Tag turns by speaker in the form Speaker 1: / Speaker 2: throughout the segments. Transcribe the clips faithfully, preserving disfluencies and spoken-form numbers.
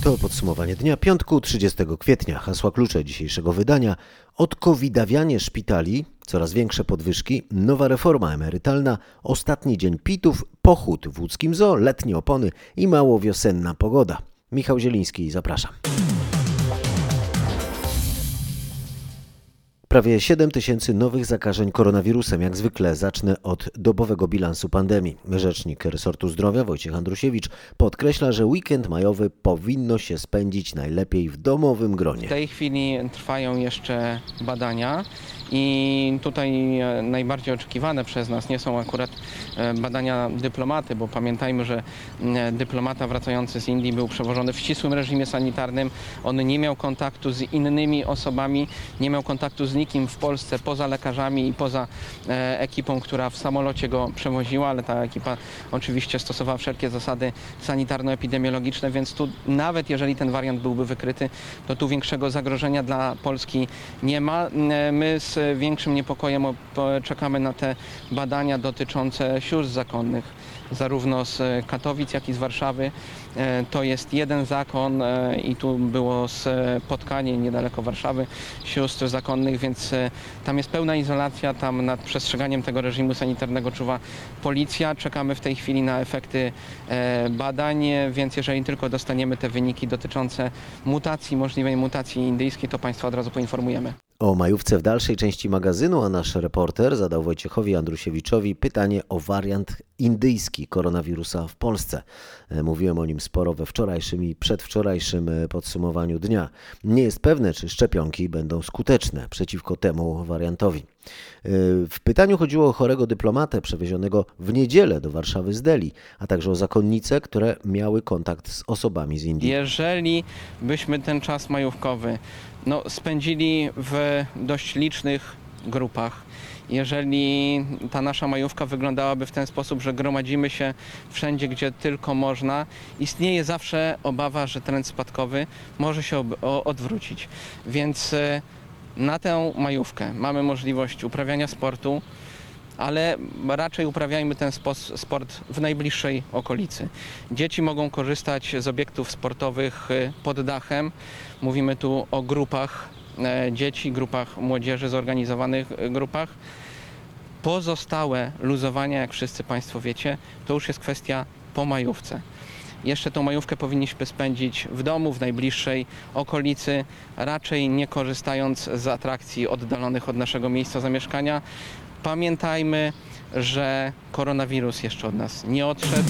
Speaker 1: To podsumowanie dnia piątku, trzydziestego kwietnia. Hasła klucze dzisiejszego wydania: odkowidawianie szpitali, coraz większe podwyżki, nowa reforma emerytalna, ostatni dzień pitów, pochód w łódzkim zoo, letnie opony i mało wiosenna pogoda. Michał Zieliński, zapraszam. Prawie siedem tysięcy nowych zakażeń koronawirusem. Jak zwykle zacznę od dobowego bilansu pandemii. Rzecznik resortu zdrowia Wojciech Andrusiewicz podkreśla, że weekend majowy powinno się spędzić najlepiej w domowym gronie.
Speaker 2: W tej chwili trwają jeszcze badania i tutaj najbardziej oczekiwane przez nas nie są akurat badania dyplomaty, bo pamiętajmy, że dyplomata wracający z Indii był przewożony w ścisłym reżimie sanitarnym. On nie miał kontaktu z innymi osobami, nie miał kontaktu z nikim w Polsce poza lekarzami i poza ekipą, która w samolocie go przewoziła, ale ta ekipa oczywiście stosowała wszelkie zasady sanitarno-epidemiologiczne, więc tu nawet jeżeli ten wariant byłby wykryty, to tu większego zagrożenia dla Polski nie ma. My z większym niepokojem czekamy na te badania dotyczące sióstr zakonnych, zarówno z Katowic, jak i z Warszawy. To jest jeden zakon i tu było spotkanie niedaleko Warszawy sióstr zakonnych, więc tam jest pełna izolacja, tam nad przestrzeganiem tego reżimu sanitarnego czuwa policja. Czekamy w tej chwili na efekty badań, więc jeżeli tylko dostaniemy te wyniki dotyczące mutacji, możliwej mutacji indyjskiej, to Państwa od razu poinformujemy.
Speaker 1: O majówce w dalszej części magazynu, a nasz reporter zadał Wojciechowi Andrusiewiczowi pytanie o wariant indyjski koronawirusa w Polsce. Mówiłem o nim sporo we wczorajszym i przedwczorajszym podsumowaniu dnia. Nie jest pewne, czy szczepionki będą skuteczne przeciwko temu wariantowi. W pytaniu chodziło o chorego dyplomatę przewiezionego w niedzielę do Warszawy z Delhi, a także o zakonnice, które miały kontakt z osobami z Indii.
Speaker 2: Jeżeli byśmy ten czas majówkowy no, spędzili w dość licznych grupach, jeżeli ta nasza majówka wyglądałaby w ten sposób, że gromadzimy się wszędzie, gdzie tylko można, istnieje zawsze obawa, że trend spadkowy może się odwrócić. Więc na tę majówkę mamy możliwość uprawiania sportu, ale raczej uprawiajmy ten sport w najbliższej okolicy. Dzieci mogą korzystać z obiektów sportowych pod dachem. Mówimy tu o grupach dzieci, grupach młodzieży, zorganizowanych grupach. Pozostałe luzowania, jak wszyscy Państwo wiecie, to już jest kwestia po majówce. Jeszcze tą majówkę powinniśmy spędzić w domu, w najbliższej okolicy, raczej nie korzystając z atrakcji oddalonych od naszego miejsca zamieszkania. Pamiętajmy, że koronawirus jeszcze od nas nie odszedł.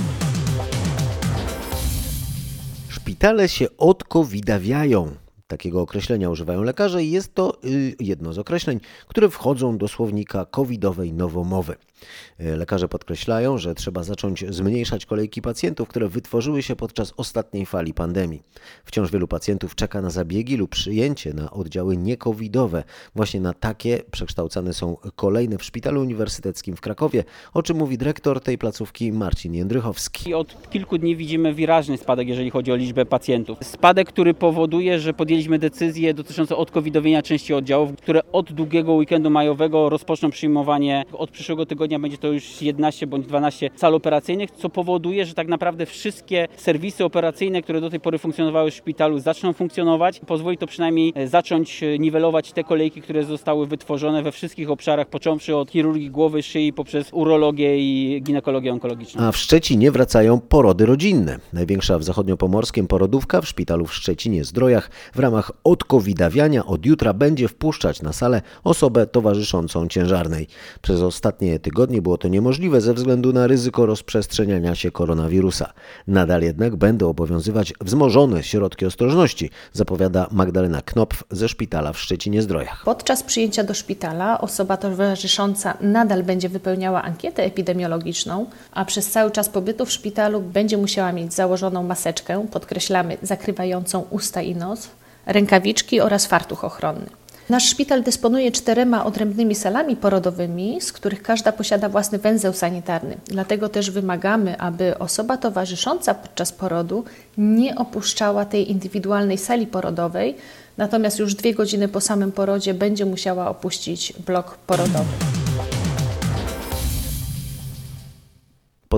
Speaker 1: Szpitale się odkowidawiają. Takiego określenia używają lekarze i jest to jedno z określeń, które wchodzą do słownika covidowej nowomowy. Lekarze podkreślają, że trzeba zacząć zmniejszać kolejki pacjentów, które wytworzyły się podczas ostatniej fali pandemii. Wciąż wielu pacjentów czeka na zabiegi lub przyjęcie na oddziały niecovidowe. Właśnie na takie przekształcane są kolejne w Szpitalu Uniwersyteckim w Krakowie, o czym mówi dyrektor tej placówki Marcin Jędrychowski.
Speaker 3: Od kilku dni widzimy wyraźny spadek, jeżeli chodzi o liczbę pacjentów. Spadek, który powoduje, że podjęliśmy decyzje dotyczące odcovidowienia części oddziałów, które od długiego weekendu majowego rozpoczną przyjmowanie. Od przyszłego tygodnia będzie to już jedenaście bądź dwanaście sal operacyjnych, co powoduje, że tak naprawdę wszystkie serwisy operacyjne, które do tej pory funkcjonowały w szpitalu, zaczną funkcjonować. Pozwoli to przynajmniej zacząć niwelować te kolejki, które zostały wytworzone we wszystkich obszarach, począwszy od chirurgii głowy, szyi, poprzez urologię i ginekologię onkologiczną.
Speaker 1: A w Szczecinie wracają porody rodzinne. Największa w zachodniopomorskiem porodówka w szpitalu w Szczecinie-Zdrojach w ramach odkowidawiania od jutra będzie wpuszczać na salę osobę towarzyszącą ciężarnej. Przez ostatnie tygodnie było to niemożliwe ze względu na ryzyko rozprzestrzeniania się koronawirusa. Nadal jednak będą obowiązywać wzmożone środki ostrożności, zapowiada Magdalena Knopf ze szpitala w Szczecinie-Zdrojach.
Speaker 4: Podczas przyjęcia do szpitala osoba towarzysząca nadal będzie wypełniała ankietę epidemiologiczną, a przez cały czas pobytu w szpitalu będzie musiała mieć założoną maseczkę, podkreślamy, zakrywającą usta i nos, rękawiczki oraz fartuch ochronny. Nasz szpital dysponuje czterema odrębnymi salami porodowymi, z których każda posiada własny węzeł sanitarny. Dlatego też wymagamy, aby osoba towarzysząca podczas porodu nie opuszczała tej indywidualnej sali porodowej, natomiast już dwie godziny po samym porodzie będzie musiała opuścić blok porodowy.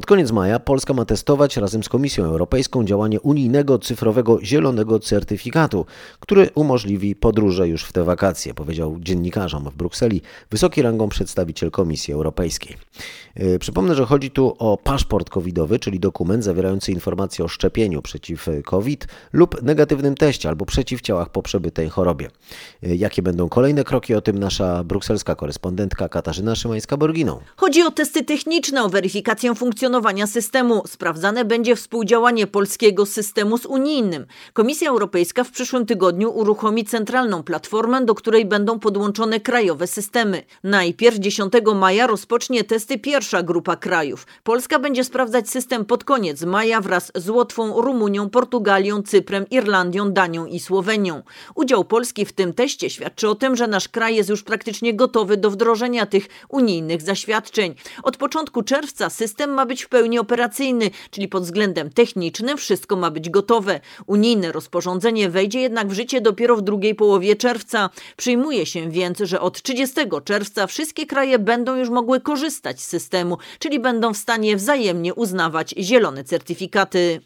Speaker 1: Pod koniec maja Polska ma testować razem z Komisją Europejską działanie unijnego cyfrowego zielonego certyfikatu, który umożliwi podróże już w te wakacje, powiedział dziennikarzom w Brukseli wysoki rangą przedstawiciel Komisji Europejskiej. Yy, przypomnę, że chodzi tu o paszport covidowy, czyli dokument zawierający informacje o szczepieniu przeciw COVID lub negatywnym teście albo przeciwciałach po przebytej chorobie. Yy, jakie będą kolejne kroki, o tym nasza brukselska korespondentka Katarzyna Szymańska-Borginą.
Speaker 5: Chodzi o testy techniczne, o weryfikację funkcjonowania systemu. Sprawdzane będzie współdziałanie polskiego systemu z unijnym. Komisja Europejska w przyszłym tygodniu uruchomi centralną platformę, do której będą podłączone krajowe systemy. Najpierw dziesiątego maja rozpocznie testy pierwsza grupa krajów. Polska będzie sprawdzać system pod koniec maja wraz z Łotwą, Rumunią, Portugalią, Cyprem, Irlandią, Danią i Słowenią. Udział Polski w tym teście świadczy o tym, że nasz kraj jest już praktycznie gotowy do wdrożenia tych unijnych zaświadczeń. Od początku czerwca system ma być w pełni operacyjny, czyli pod względem technicznym wszystko ma być gotowe. Unijne rozporządzenie wejdzie jednak w życie dopiero w drugiej połowie czerwca. Przyjmuje się więc, że od trzydziestego czerwca wszystkie kraje będą już mogły korzystać z systemu, czyli będą w stanie wzajemnie uznawać zielone certyfikaty.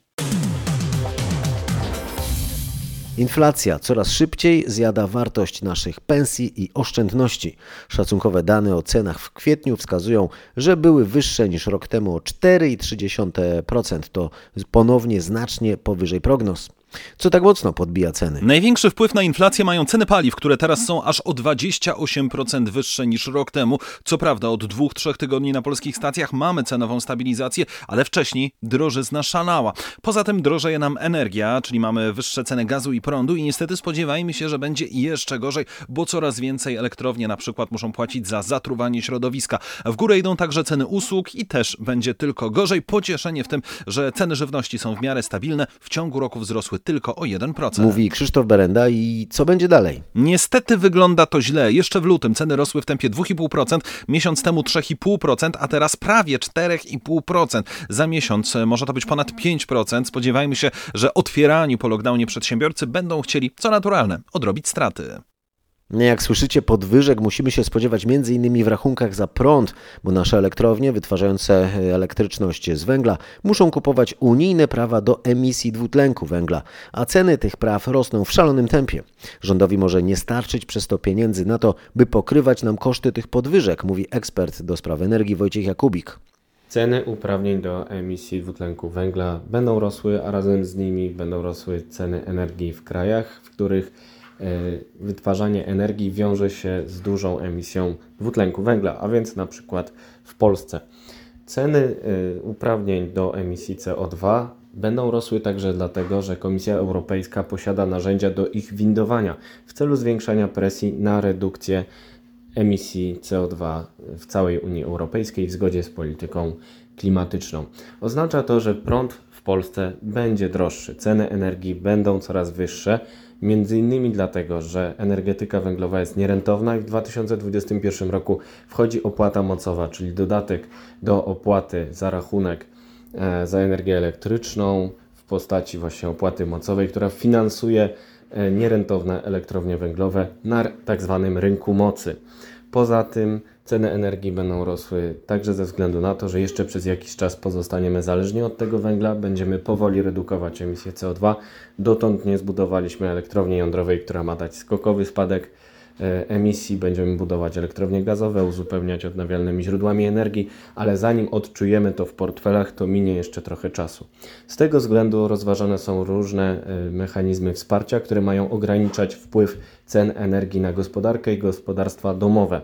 Speaker 1: Inflacja coraz szybciej zjada wartość naszych pensji i oszczędności. Szacunkowe dane o cenach w kwietniu wskazują, że były wyższe niż rok temu o cztery przecinek trzy procent. To ponownie znacznie powyżej prognoz. Co tak mocno podbija ceny?
Speaker 6: Największy wpływ na inflację mają ceny paliw, które teraz są aż o dwadzieścia osiem procent wyższe niż rok temu. Co prawda od dwóch, trzech tygodni na polskich stacjach mamy cenową stabilizację, ale wcześniej drożyzna szalała. Poza tym drożeje nam energia, czyli mamy wyższe ceny gazu i prądu i niestety spodziewajmy się, że będzie jeszcze gorzej, bo coraz więcej elektrownie na przykład muszą płacić za zatruwanie środowiska. W górę idą także ceny usług i też będzie tylko gorzej. Pocieszenie w tym, że ceny żywności są w miarę stabilne, w ciągu roku wzrosły tylko o jeden procent.
Speaker 1: Mówi Krzysztof Berenda i co będzie dalej?
Speaker 6: Niestety wygląda to źle. Jeszcze w lutym ceny rosły w tempie dwa i pół procent, miesiąc temu trzy i pół procent, a teraz prawie cztery i pół procent. Za miesiąc może to być ponad pięć procent. Spodziewajmy się, że otwieraniu po lockdownie przedsiębiorcy będą chcieli, co naturalne, odrobić straty.
Speaker 1: Jak słyszycie, podwyżek musimy się spodziewać między innymi w rachunkach za prąd, bo nasze elektrownie wytwarzające elektryczność z węgla muszą kupować unijne prawa do emisji dwutlenku węgla, a ceny tych praw rosną w szalonym tempie. Rządowi może nie starczyć przez to pieniędzy na to, by pokrywać nam koszty tych podwyżek, mówi ekspert do spraw energii Wojciech Jakubik.
Speaker 7: Ceny uprawnień do emisji dwutlenku węgla będą rosły, a razem z nimi będą rosły ceny energii w krajach, w których wytwarzanie energii wiąże się z dużą emisją dwutlenku węgla, a więc na przykład w Polsce. Ceny uprawnień do emisji C O dwa będą rosły także dlatego, że Komisja Europejska posiada narzędzia do ich windowania w celu zwiększania presji na redukcję emisji C O dwa w całej Unii Europejskiej w zgodzie z polityką klimatyczną. Oznacza to, że prąd w Polsce będzie droższy, ceny energii będą coraz wyższe, między innymi dlatego, że energetyka węglowa jest nierentowna i w dwa tysiące dwudziestym pierwszym roku wchodzi opłata mocowa, czyli dodatek do opłaty za rachunek e, za energię elektryczną w postaci właśnie opłaty mocowej, która finansuje e, nierentowne elektrownie węglowe na tak zwanym rynku mocy. Poza tym ceny energii będą rosły także ze względu na to, że jeszcze przez jakiś czas pozostaniemy zależni od tego węgla, będziemy powoli redukować emisję C O dwa. Dotąd nie zbudowaliśmy elektrowni jądrowej, która ma dać skokowy spadek emisji. Będziemy budować elektrownie gazowe, uzupełniać odnawialnymi źródłami energii, ale zanim odczujemy to w portfelach, to minie jeszcze trochę czasu. Z tego względu rozważane są różne mechanizmy wsparcia, które mają ograniczać wpływ cen energii na gospodarkę i gospodarstwa domowe.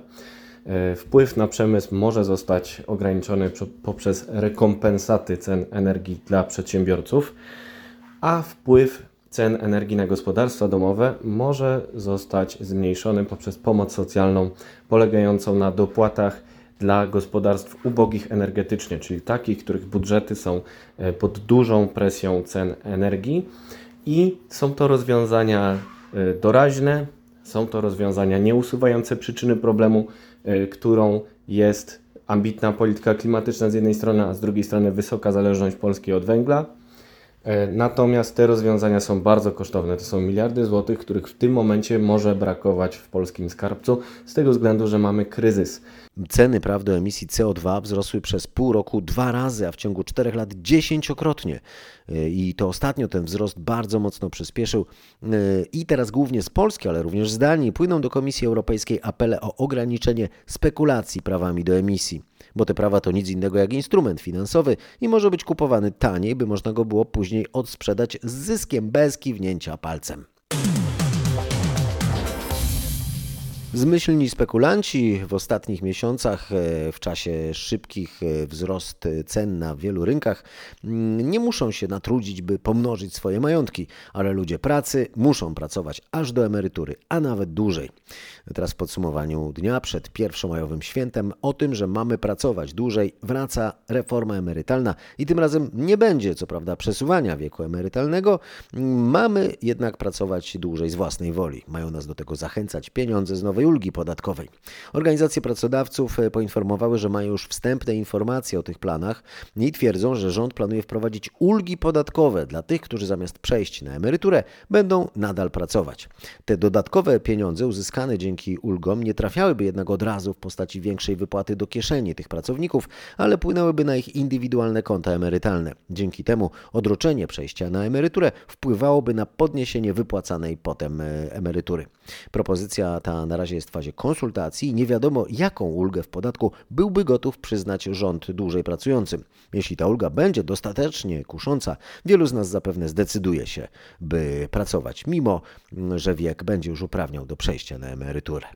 Speaker 7: Wpływ na przemysł może zostać ograniczony poprzez rekompensaty cen energii dla przedsiębiorców, a wpływ cen energii na gospodarstwa domowe może zostać zmniejszony poprzez pomoc socjalną polegającą na dopłatach dla gospodarstw ubogich energetycznie, czyli takich, których budżety są pod dużą presją cen energii i są to rozwiązania doraźne, są to rozwiązania nieusuwające przyczyny problemu, którą jest ambitna polityka klimatyczna z jednej strony, a z drugiej strony wysoka zależność Polski od węgla. Natomiast te rozwiązania są bardzo kosztowne. To są miliardy złotych, których w tym momencie może brakować w polskim skarbcu z tego względu, że mamy kryzys.
Speaker 1: Ceny praw do emisji C O dwa wzrosły przez pół roku dwa razy, a w ciągu czterech lat dziesięciokrotnie. I to ostatnio ten wzrost bardzo mocno przyspieszył. I teraz głównie z Polski, ale również z Danii płyną do Komisji Europejskiej apele o ograniczenie spekulacji prawami do emisji. Bo te prawa to nic innego jak instrument finansowy i może być kupowany taniej, by można go było później odsprzedać z zyskiem bez kiwnięcia palcem. Zmyślni spekulanci w ostatnich miesiącach, w czasie szybkich wzrost cen na wielu rynkach, nie muszą się natrudzić, by pomnożyć swoje majątki, ale ludzie pracy muszą pracować aż do emerytury, a nawet dłużej. Teraz w podsumowaniu dnia przed pierwszomajowym świętem o tym, że mamy pracować dłużej, wraca reforma emerytalna i tym razem nie będzie, co prawda, przesuwania wieku emerytalnego, mamy jednak pracować dłużej z własnej woli. Mają nas do tego zachęcać pieniądze z nowej ulgi podatkowej. Organizacje pracodawców poinformowały, że mają już wstępne informacje o tych planach i twierdzą, że rząd planuje wprowadzić ulgi podatkowe dla tych, którzy zamiast przejść na emeryturę będą nadal pracować. Te dodatkowe pieniądze uzyskane dzięki ulgom nie trafiałyby jednak od razu w postaci większej wypłaty do kieszeni tych pracowników, ale płynęłyby na ich indywidualne konta emerytalne. Dzięki temu odroczenie przejścia na emeryturę wpływałoby na podniesienie wypłacanej potem emerytury. Propozycja ta na razie jest w fazie konsultacji i nie wiadomo, jaką ulgę w podatku byłby gotów przyznać rząd dłużej pracującym. Jeśli ta ulga będzie dostatecznie kusząca, wielu z nas zapewne zdecyduje się, by pracować, mimo że wiek będzie już uprawniał do przejścia na emeryturę.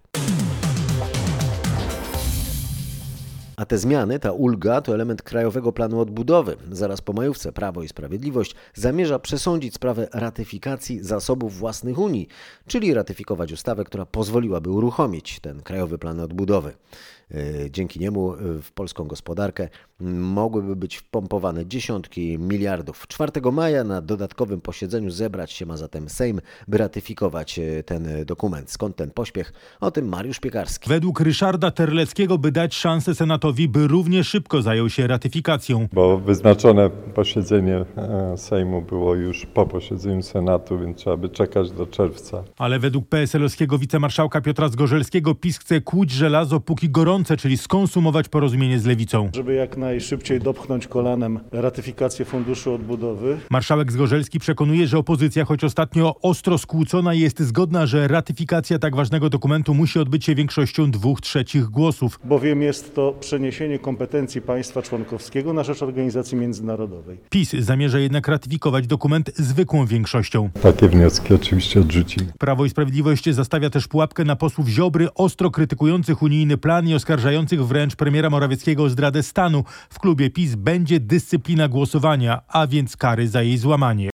Speaker 1: A te zmiany, ta ulga, to element Krajowego Planu Odbudowy. Zaraz po majówce Prawo i Sprawiedliwość zamierza przesądzić sprawę ratyfikacji zasobów własnych Unii, czyli ratyfikować ustawę, która pozwoliłaby uruchomić ten Krajowy Plan Odbudowy. Dzięki niemu w polską gospodarkę mogłyby być wpompowane dziesiątki miliardów. czwartego maja na dodatkowym posiedzeniu zebrać się ma zatem Sejm, by ratyfikować ten dokument. Skąd ten pośpiech? O tym Mariusz Piekarski.
Speaker 8: Według Ryszarda Terleckiego, by dać szansę Senatowi, by równie szybko zajął się ratyfikacją.
Speaker 9: Bo wyznaczone posiedzenie Sejmu było już po posiedzeniu Senatu, więc trzeba by czekać do czerwca.
Speaker 8: Ale według P S L-owskiego wicemarszałka Piotra Zgorzelskiego PiS chce kłuć żelazo póki gorące, czyli skonsumować porozumienie z Lewicą.
Speaker 10: Żeby jak najszybciej dopchnąć kolanem ratyfikację Funduszu Odbudowy.
Speaker 8: Marszałek Zgorzelski przekonuje, że opozycja, choć ostatnio ostro skłócona, jest zgodna, że ratyfikacja tak ważnego dokumentu musi odbyć się większością dwóch trzecich głosów.
Speaker 10: Bowiem jest to przeniesienie kompetencji państwa członkowskiego na rzecz organizacji międzynarodowej.
Speaker 8: PiS zamierza jednak ratyfikować dokument zwykłą większością.
Speaker 9: Takie wnioski oczywiście odrzucimy.
Speaker 8: Prawo i Sprawiedliwość zastawia też pułapkę na posłów Ziobry, ostro krytykujących unijny plan i oskarżających wręcz premiera Morawieckiego o zdradę stanu. W klubie PiS będzie dyscyplina głosowania, a więc kary za jej złamanie.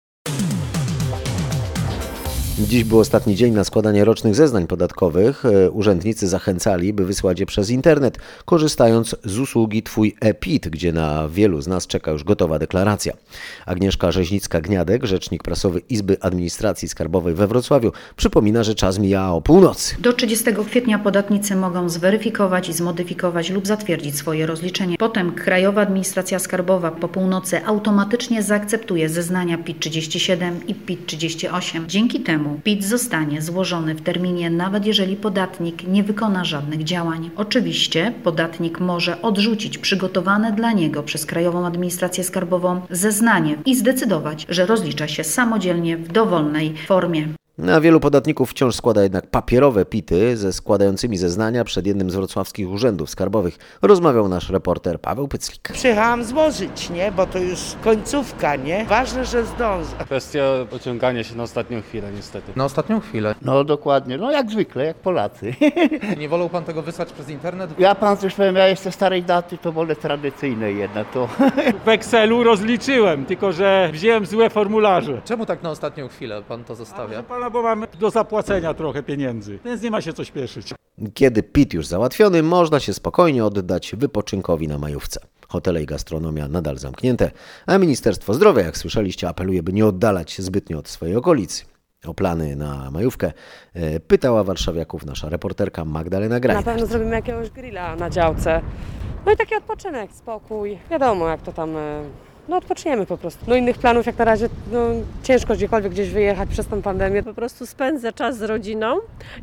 Speaker 1: Dziś był ostatni dzień na składanie rocznych zeznań podatkowych. Urzędnicy zachęcali, by wysłać je przez internet, korzystając z usługi Twój e-PIT, gdzie na wielu z nas czeka już gotowa deklaracja. Agnieszka Rzeźnicka-Gniadek, rzecznik prasowy Izby Administracji Skarbowej we Wrocławiu, przypomina, że czas mija o północy.
Speaker 11: Do trzydziestego kwietnia podatnicy mogą zweryfikować i zmodyfikować lub zatwierdzić swoje rozliczenie. Potem Krajowa Administracja Skarbowa po północy automatycznie zaakceptuje zeznania PIT trzydzieści siedem i PIT trzydzieści osiem. Dzięki temu PIT zostanie złożony w terminie, nawet jeżeli podatnik nie wykona żadnych działań. Oczywiście podatnik może odrzucić przygotowane dla niego przez Krajową Administrację Skarbową zeznanie i zdecydować, że rozlicza się samodzielnie w dowolnej formie.
Speaker 1: A wielu podatników wciąż składa jednak papierowe pity ze składającymi zeznania przed jednym z wrocławskich urzędów skarbowych. Rozmawiał nasz reporter Paweł Pyclik.
Speaker 12: Przyjechałam złożyć, nie? Bo to już końcówka, nie? Ważne, że zdążę.
Speaker 13: Kwestia ociągania się na ostatnią chwilę niestety.
Speaker 14: Na ostatnią chwilę?
Speaker 12: No dokładnie, no jak zwykle, jak Polacy.
Speaker 14: Nie wolał pan tego wysłać przez internet?
Speaker 12: Ja pan coś powiem, ja jestem starej daty, to wolę tradycyjne jednak to.
Speaker 15: W Excelu rozliczyłem, tylko że wziąłem złe formularze.
Speaker 14: Czemu tak na ostatnią chwilę pan to zostawia?
Speaker 15: A, bo mamy do zapłacenia trochę pieniędzy, więc nie ma się co śpieszyć.
Speaker 1: Kiedy PIT już załatwiony, można się spokojnie oddać wypoczynkowi na majówce. Hotele i gastronomia nadal zamknięte, a Ministerstwo Zdrowia, jak słyszeliście, apeluje, by nie oddalać się zbytnio od swojej okolicy. O plany na majówkę pytała warszawiaków nasza reporterka Magdalena Grajner.
Speaker 16: Na pewno zrobimy jakiegoś grilla na działce. No i taki odpoczynek, spokój. Wiadomo, jak to tam no odpoczniemy po prostu. No innych planów jak na razie, no ciężko gdziekolwiek gdzieś wyjechać przez tą pandemię.
Speaker 17: Po prostu spędzę czas z rodziną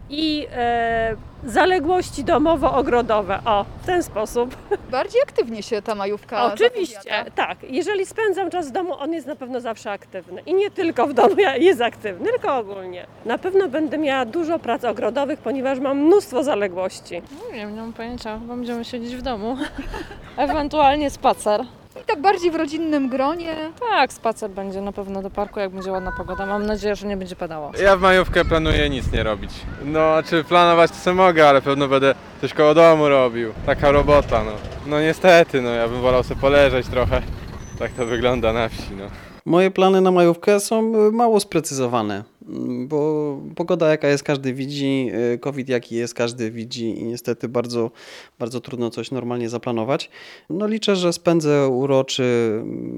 Speaker 17: i e, zaległości domowo-ogrodowe. O, w ten sposób.
Speaker 18: Bardziej aktywnie się ta majówka
Speaker 17: Oczywiście,
Speaker 18: zapowiada.
Speaker 17: tak. Jeżeli spędzam czas w domu, on jest na pewno zawsze aktywny. I nie tylko w domu jest aktywny, tylko ogólnie. Na pewno będę miała dużo prac ogrodowych, ponieważ mam mnóstwo zaległości.
Speaker 19: Nie wiem, nie mam pojęcia. Chyba będziemy siedzieć w domu. Ewentualnie spacer.
Speaker 18: I tak bardziej w rodzinnym gronie.
Speaker 19: Tak, spacer będzie na pewno do parku, jak będzie ładna pogoda. Mam nadzieję, że nie będzie padało.
Speaker 20: Ja w majówkę planuję nic nie robić. No, czy planować to sobie mogę, ale pewno będę coś koło domu robił. Taka robota, no. No niestety, no ja bym wolał sobie poleżeć trochę. Tak to wygląda na wsi, no.
Speaker 21: Moje plany na majówkę są mało sprecyzowane, bo pogoda jaka jest każdy widzi, COVID jaki jest każdy widzi i niestety bardzo, bardzo trudno coś normalnie zaplanować. No liczę, że spędzę uroczy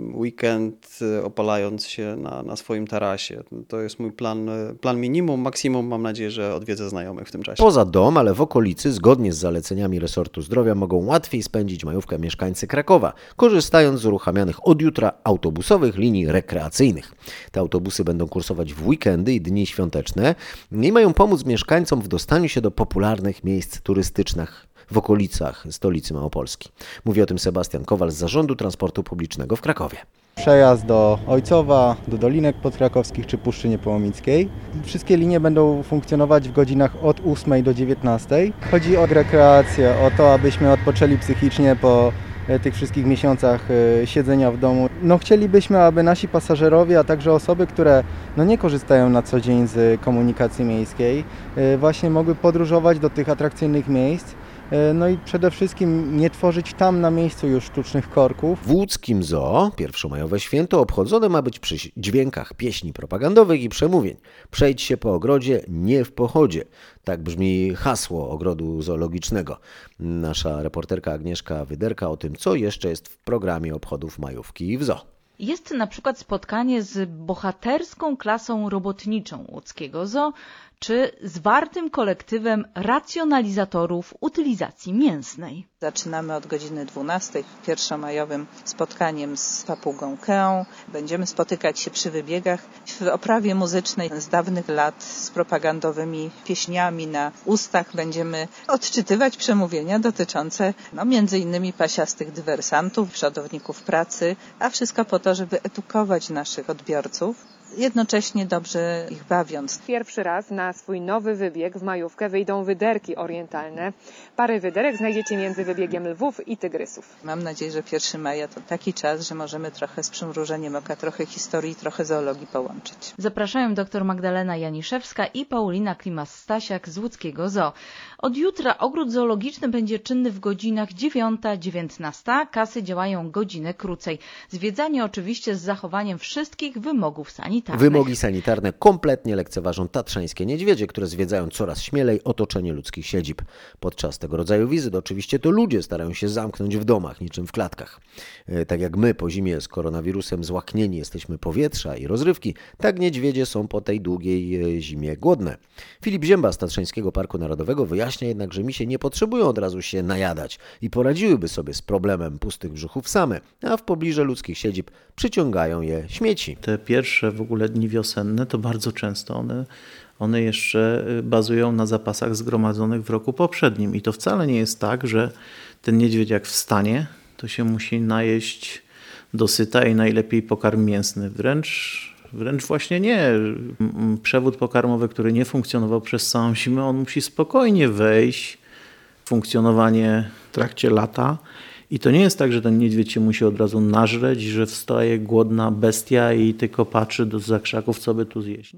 Speaker 21: weekend opalając się na, na swoim tarasie. To jest mój plan, plan minimum, maksimum mam nadzieję, że odwiedzę znajomych w tym czasie.
Speaker 1: Poza dom, ale w okolicy, zgodnie z zaleceniami resortu zdrowia, mogą łatwiej spędzić majówkę mieszkańcy Krakowa, korzystając z uruchamianych od jutra autobusowych linii rekreacyjnych. Te autobusy będą kursować w weekendy i dni świąteczne i mają pomóc mieszkańcom w dostaniu się do popularnych miejsc turystycznych w okolicach stolicy Małopolski. Mówi o tym Sebastian Kowal z Zarządu Transportu Publicznego w Krakowie.
Speaker 22: Przejazd do Ojcowa, do Dolinek Podkrakowskich czy Puszczy Niepołomickiej. Wszystkie linie będą funkcjonować w godzinach od ósmej do dziewiętnastej. Chodzi o rekreację, o to, abyśmy odpoczęli psychicznie po tych wszystkich miesiącach siedzenia w domu. No chcielibyśmy, aby nasi pasażerowie, a także osoby, które no nie korzystają na co dzień z komunikacji miejskiej, właśnie mogły podróżować do tych atrakcyjnych miejsc. No i przede wszystkim nie tworzyć tam na miejscu już sztucznych korków.
Speaker 1: W łódzkim zoo pierwszomajowe święto obchodzone ma być przy dźwiękach pieśni propagandowych i przemówień. Przejdź się po ogrodzie, nie w pochodzie. Tak brzmi hasło ogrodu zoologicznego. Nasza reporterka Agnieszka Wyderka o tym, co jeszcze jest w programie obchodów majówki w zoo.
Speaker 23: Jest na przykład spotkanie z bohaterską klasą robotniczą łódzkiego zoo, czy zwartym kolektywem racjonalizatorów utylizacji mięsnej.
Speaker 24: Zaczynamy od godziny dwunastej pierwszomajowym spotkaniem z papugą Keą. Będziemy spotykać się przy wybiegach w oprawie muzycznej z dawnych lat z propagandowymi pieśniami na ustach. Będziemy odczytywać przemówienia dotyczące no, między innymi pasiastych dywersantów, przodowników pracy, a wszystko po to, żeby edukować naszych odbiorców, jednocześnie dobrze ich bawiąc.
Speaker 25: Pierwszy raz na swój nowy wybieg w majówkę wyjdą wyderki orientalne. Parę wyderek znajdziecie między wybiegiem lwów i tygrysów.
Speaker 24: Mam nadzieję, że pierwszy maja to taki czas, że możemy trochę z przymrużeniem oka, trochę historii, trochę zoologii połączyć.
Speaker 23: Zapraszają dr Magdalena Janiszewska i Paulina Klimas-Stasiak z łódzkiego zoo. Od jutra ogród zoologiczny będzie czynny w godzinach dziewiąta dziewiętnasta. Kasy działają godzinę krócej. Zwiedzanie oczywiście z zachowaniem wszystkich wymogów sanitarnych.
Speaker 1: Wymogi sanitarne kompletnie lekceważą tatrzańskie niedźwiedzie, które zwiedzają coraz śmielej otoczenie ludzkich siedzib. Podczas tego rodzaju wizyt oczywiście to ludzie starają się zamknąć w domach, niczym w klatkach. Tak jak my po zimie z koronawirusem złaknieni jesteśmy powietrza i rozrywki, tak niedźwiedzie są po tej długiej zimie głodne. Filip Zięba z Tatrzańskiego Parku Narodowego wyjaśnia jednak, że misie nie potrzebują od razu się najadać i poradziłyby sobie z problemem pustych brzuchów same, a w pobliżu ludzkich siedzib przyciągają je śmieci.
Speaker 26: Te pierwsze w ogóle dni wiosenne to bardzo często one, one jeszcze bazują na zapasach zgromadzonych w roku poprzednim i to wcale nie jest tak, że ten niedźwiedź jak wstanie, to się musi najeść dosyta i najlepiej pokarm mięsny. Wręcz, wręcz właśnie nie. Przewód pokarmowy, który nie funkcjonował przez całą zimę, on musi spokojnie wejść w funkcjonowanie w trakcie lata. I to nie jest tak, że ten niedźwiedź się musi od razu nażreć, że wstaje głodna bestia i tylko patrzy do zakrzaków, co by tu zjeść.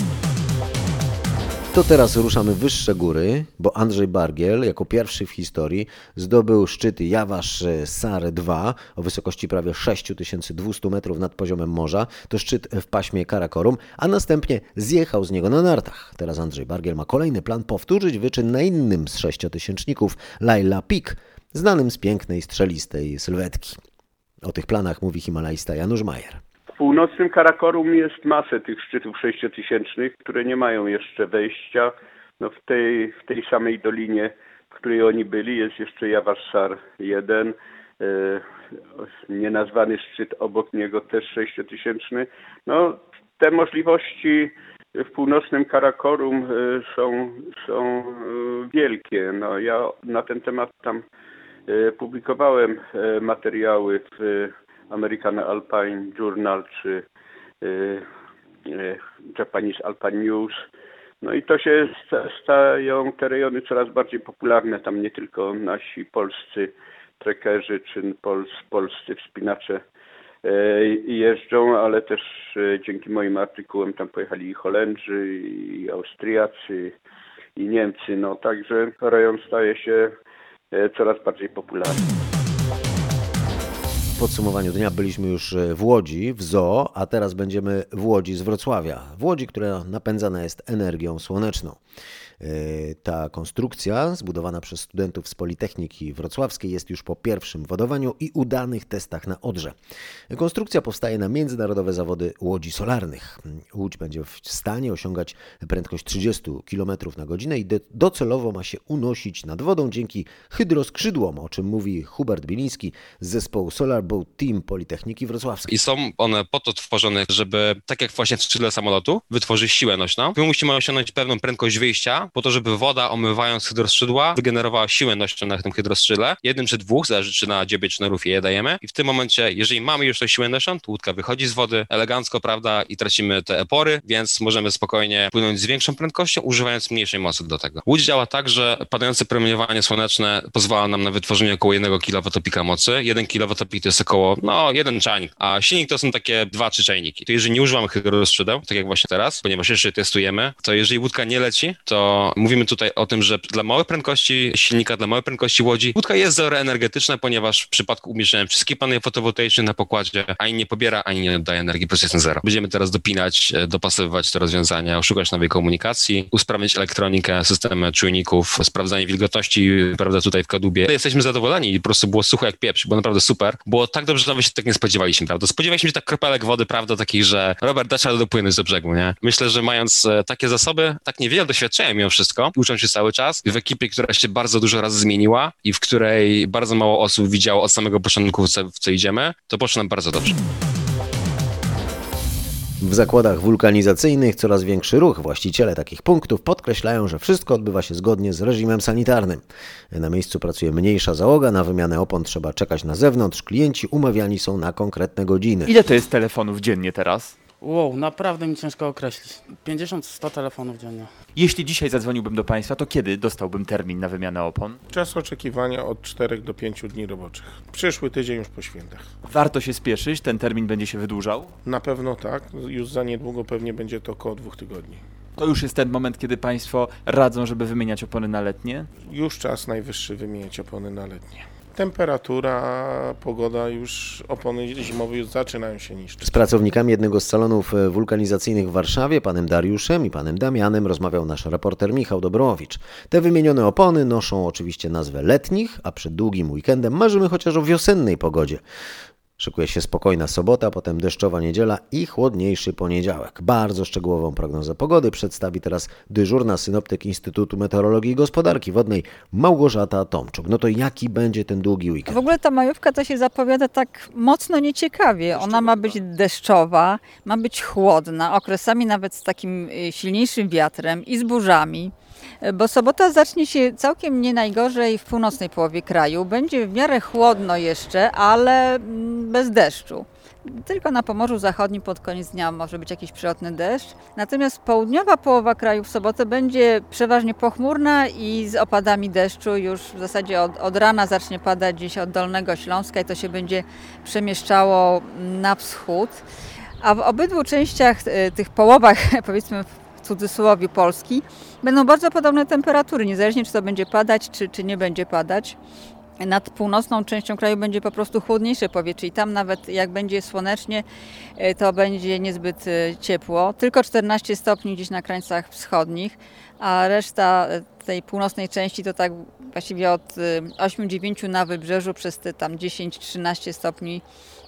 Speaker 1: To teraz ruszamy w wyższe góry, bo Andrzej Bargiel jako pierwszy w historii zdobył szczyt Jawasz Sar dwa o wysokości prawie sześć tysięcy dwieście metrów nad poziomem morza. To szczyt w paśmie Karakorum, a następnie zjechał z niego na nartach. Teraz Andrzej Bargiel ma kolejny plan powtórzyć wyczyn na innym z sześciotysięczników, Laila Peak, znanym z pięknej, strzelistej sylwetki. O tych planach mówi himalajsta Janusz Majer.
Speaker 27: W północnym Karakorum jest masę tych szczytów sześciotysięcznych, które nie mają jeszcze wejścia. No w tej, w tej samej dolinie, w której oni byli, jest jeszcze Jawasz Sar jeden, nienazwany szczyt obok niego też sześciotysięczny. No, te możliwości w północnym Karakorum są, są wielkie. No, ja na ten temat tam publikowałem materiały w American Alpine Journal czy Japanese Alpine News. No i to się stają te rejony coraz bardziej popularne. Tam nie tylko nasi polscy trekerzy czy pols, polscy wspinacze jeżdżą, ale też dzięki moim artykułom tam pojechali i Holendrzy, i Austriacy, i Niemcy. No także rejon staje się coraz bardziej popularny.
Speaker 1: W podsumowaniu dnia byliśmy już w Łodzi, w zoo, a teraz będziemy w Łodzi z Wrocławia. W Łodzi, która napędzana jest energią słoneczną. Ta konstrukcja, zbudowana przez studentów z Politechniki Wrocławskiej, jest już po pierwszym wodowaniu i udanych testach na Odrze. Konstrukcja powstaje na międzynarodowe zawody łodzi solarnych. Łódź będzie w stanie osiągać prędkość trzydzieści kilometrów na godzinę i docelowo ma się unosić nad wodą dzięki hydroskrzydłom, o czym mówi Hubert Biliński z zespołu Solar Boat Team Politechniki Wrocławskiej.
Speaker 2: I są one po to tworzone, żeby, tak jak właśnie w skrzydle samolotu, wytworzyć siłę nośną. My musimy osiągnąć pewną prędkość wyjścia, po to, żeby woda, omywając hydroskrzydła, wygenerowała siłę nośną na tym hydroskrzydle. Jednym czy dwóch, zależy czy na dziobie, czy na rufie je dajemy. I w tym momencie, jeżeli mamy już tę siłę nośną, to łódka wychodzi z wody elegancko, prawda, i tracimy te epory, więc możemy spokojnie płynąć z większą prędkością, używając mniejszej mocy do tego. Łódź działa tak, że padające promieniowanie słoneczne pozwala nam na wytworzenie około jednego kilowatopika mocy. jeden kilowatopik to jest około, no, jeden czajnik, a silnik to są takie dwa, trzy czajniki. To jeżeli nie używamy hydroskrzydeł, tak jak właśnie teraz, ponieważ jeszcze testujemy, to jeżeli łódka nie leci, to mówimy tutaj o tym, że dla małej prędkości silnika, dla małej prędkości łodzi, łódka jest zeroenergetyczna, ponieważ w przypadku umieszczenia wszystkich paneli fotowoltaicznych na pokładzie ani nie pobiera, ani nie oddaje energii, po prostu jest na zero. Będziemy teraz dopinać, dopasowywać te rozwiązania, szukać nowej komunikacji, usprawnić elektronikę, systemy czujników, sprawdzanie wilgotności, prawda, tutaj w kadłubie. Jesteśmy zadowoleni i po prostu było sucho jak pieprz, było naprawdę super. Było tak dobrze, że nawet się tak nie spodziewaliśmy, prawda. Spodziewaliśmy się tak kropelek wody, prawda, takich, że Robert, dasz radę dopłynąć do brzegu, nie? Myślę, że mając takie zasoby, tak niewiele doświadczenia mimo wszystko, uczą się cały czas, w ekipie, która się bardzo dużo razy zmieniła i w której bardzo mało osób widziało od samego początku, w co, w co idziemy, to poszło nam bardzo dobrze.
Speaker 1: W zakładach wulkanizacyjnych coraz większy ruch. Właściciele takich punktów podkreślają, że wszystko odbywa się zgodnie z reżimem sanitarnym. Na miejscu pracuje mniejsza załoga, na wymianę opon trzeba czekać na zewnątrz, klienci umawiani są na konkretne godziny.
Speaker 3: Ile to jest telefonów dziennie teraz?
Speaker 4: Wow, naprawdę mi ciężko określić. pięćdziesiąt do stu telefonów dziennie.
Speaker 3: Jeśli dzisiaj zadzwoniłbym do Państwa, to kiedy dostałbym termin na wymianę opon?
Speaker 5: Czas oczekiwania od czterech do pięciu dni roboczych. Przyszły tydzień już po świętach.
Speaker 3: Warto się spieszyć? Ten termin będzie się wydłużał?
Speaker 5: Na pewno tak. Już za niedługo pewnie będzie to około dwóch tygodni.
Speaker 3: To już jest ten moment, kiedy Państwo radzą, żeby wymieniać opony na letnie?
Speaker 5: Już czas najwyższy wymieniać opony na letnie. Temperatura, pogoda, już opony zimowe już zaczynają się niszczyć.
Speaker 1: Z pracownikami jednego z salonów wulkanizacyjnych w Warszawie, panem Dariuszem i panem Damianem, rozmawiał nasz reporter Michał Dobrowicz. Te wymienione opony noszą oczywiście nazwę letnich, a przed długim weekendem marzymy chociaż o wiosennej pogodzie. Szykuje się spokojna sobota, potem deszczowa niedziela i chłodniejszy poniedziałek. Bardzo szczegółową prognozę pogody przedstawi teraz dyżurna synoptyk Instytutu Meteorologii i Gospodarki Wodnej Małgorzata Tomczuk. No to jaki będzie ten długi weekend?
Speaker 6: W ogóle ta majówka to się zapowiada tak mocno nieciekawie. Ona ma być deszczowa, ma być chłodna, okresami nawet z takim silniejszym wiatrem i z burzami. Bo sobota zacznie się całkiem nie najgorzej w północnej połowie kraju. Będzie w miarę chłodno jeszcze, ale bez deszczu. Tylko na Pomorzu Zachodnim pod koniec dnia może być jakiś przelotny deszcz. Natomiast południowa połowa kraju w sobotę będzie przeważnie pochmurna i z opadami deszczu. Już w zasadzie od, od rana zacznie padać gdzieś od Dolnego Śląska i to się będzie przemieszczało na wschód. A w obydwu częściach, tych połowach, powiedzmy w cudzysłowie Polski, będą bardzo podobne temperatury, niezależnie czy to będzie padać, czy, czy nie będzie padać. Nad północną częścią kraju będzie po prostu chłodniejsze powietrze i tam nawet jak będzie słonecznie, to będzie niezbyt ciepło. Tylko czternaście stopni gdzieś na krańcach wschodnich, a reszta tej północnej części to tak właściwie od ośmiu do dziewięciu na wybrzeżu przez te tam dziesięć do trzynastu stopni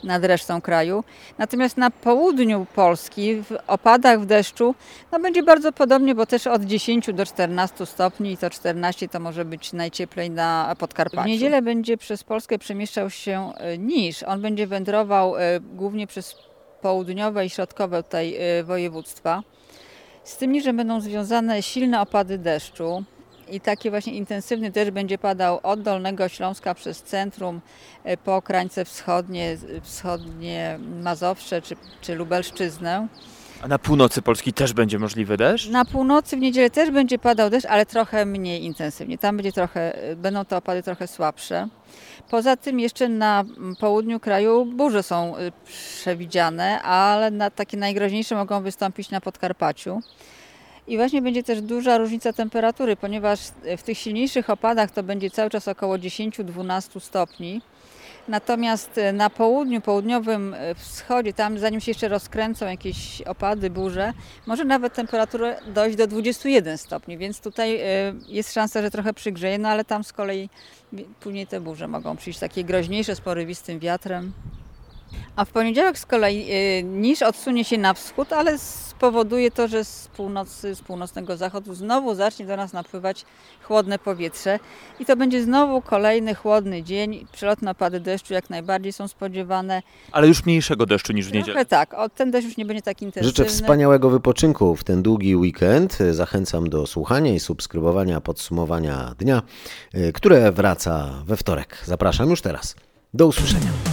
Speaker 6: nad resztą kraju. Natomiast na południu Polski w opadach, w deszczu no będzie bardzo podobnie, bo też od dziesięciu do czternastu stopni i to czternaście to może być najcieplej na Podkarpaciu. W niedzielę będzie przez Polskę przemieszczał się niż. On będzie wędrował głównie przez południowe i środkowe tutaj województwa. Z tym niżem będą związane silne opady deszczu. I taki właśnie intensywny deszcz będzie padał od Dolnego Śląska przez centrum po krańce wschodnie, wschodnie Mazowsze czy, czy Lubelszczyznę.
Speaker 3: A na północy Polski też będzie możliwy deszcz?
Speaker 6: Na północy w niedzielę też będzie padał deszcz, ale trochę mniej intensywnie. Tam będzie trochę, będą te opady trochę słabsze. Poza tym jeszcze na południu kraju burze są przewidziane, ale na takie najgroźniejsze mogą wystąpić na Podkarpaciu. I właśnie będzie też duża różnica temperatury, ponieważ w tych silniejszych opadach to będzie cały czas około dziesięć do dwunastu stopni. Natomiast na południu, południowym wschodzie, tam zanim się jeszcze rozkręcą jakieś opady, burze, może nawet temperatura dojść do dwudziestu jeden stopni, więc tutaj jest szansa, że trochę przygrzeje, no ale tam z kolei później te burze mogą przyjść takie groźniejsze z porywistym wiatrem. A w poniedziałek z kolei niż odsunie się na wschód, ale spowoduje to, że z północy, z północnego zachodu znowu zacznie do nas napływać chłodne powietrze i to będzie znowu kolejny chłodny dzień. Przelotne opady deszczu jak najbardziej są spodziewane.
Speaker 3: Ale już mniejszego deszczu niż w niedzielę.
Speaker 6: Trochę tak, o, ten deszcz już nie będzie tak intensywny.
Speaker 1: Życzę wspaniałego wypoczynku w ten długi weekend. Zachęcam do słuchania i subskrybowania podsumowania dnia, które wraca we wtorek. Zapraszam już teraz. Do usłyszenia.